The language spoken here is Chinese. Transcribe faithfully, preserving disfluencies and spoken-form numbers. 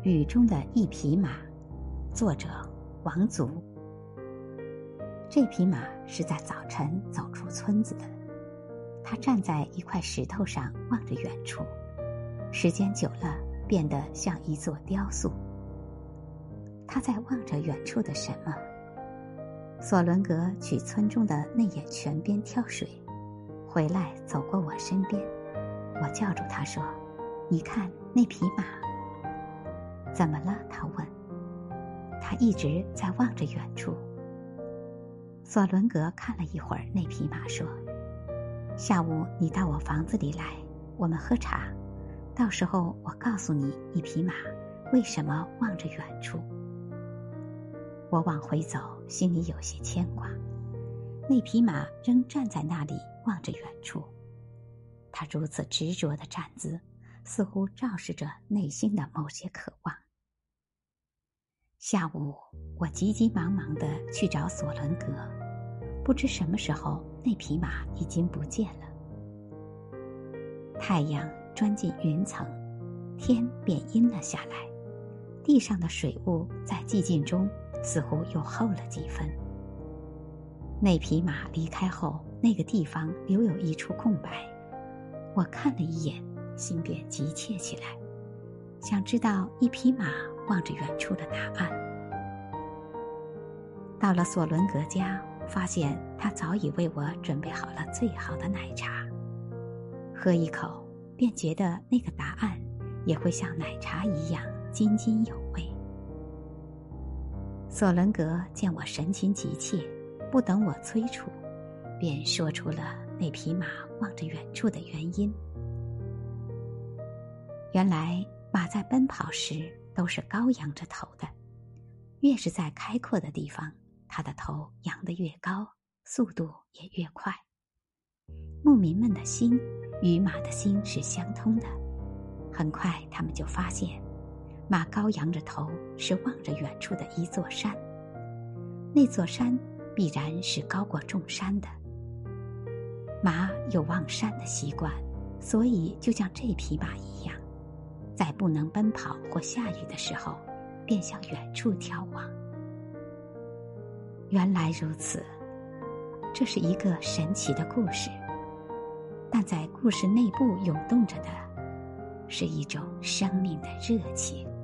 雨中的一匹马，作者王祖。这匹马是在早晨走出村子的，它站在一块石头上望着远处，时间久了变得像一座雕塑。它在望着远处的什么？索伦格去村中的那眼泉边挑水，回来走过我身边，我叫住他说：“你看那匹马。”怎么了？他问。他一直在望着远处。索伦格看了一会儿那匹马，说：“下午你到我房子里来，我们喝茶，到时候我告诉你一匹马为什么望着远处。”我往回走，心里有些牵挂。那匹马仍站在那里望着远处，它如此执着的站姿，似乎昭示着内心的某些渴望。下午我急急忙忙地去找索伦格，不知什么时候那匹马已经不见了。太阳钻进云层，天便阴了下来，地上的水雾在寂静中似乎又厚了几分。那匹马离开后，那个地方留有一处空白，我看了一眼，心便急切起来，想知道一匹马望着远处的答案。到了索伦格家，发现他早已为我准备好了最好的奶茶，喝一口便觉得那个答案也会像奶茶一样津津有味。索伦格见我神情急切，不等我催促，便说出了那匹马望着远处的原因。原来马在奔跑时都是高仰着头的，越是在开阔的地方，它的头扬得越高，速度也越快。牧民们的心与马的心是相通的，很快他们就发现，马高扬着头是望着远处的一座山，那座山必然是高过众山的。马有望山的习惯，所以就像这匹马一样，在不能奔跑或下雨的时候，便向远处眺望。原来如此，这是一个神奇的故事，但在故事内部涌动着的是一种生命的热情。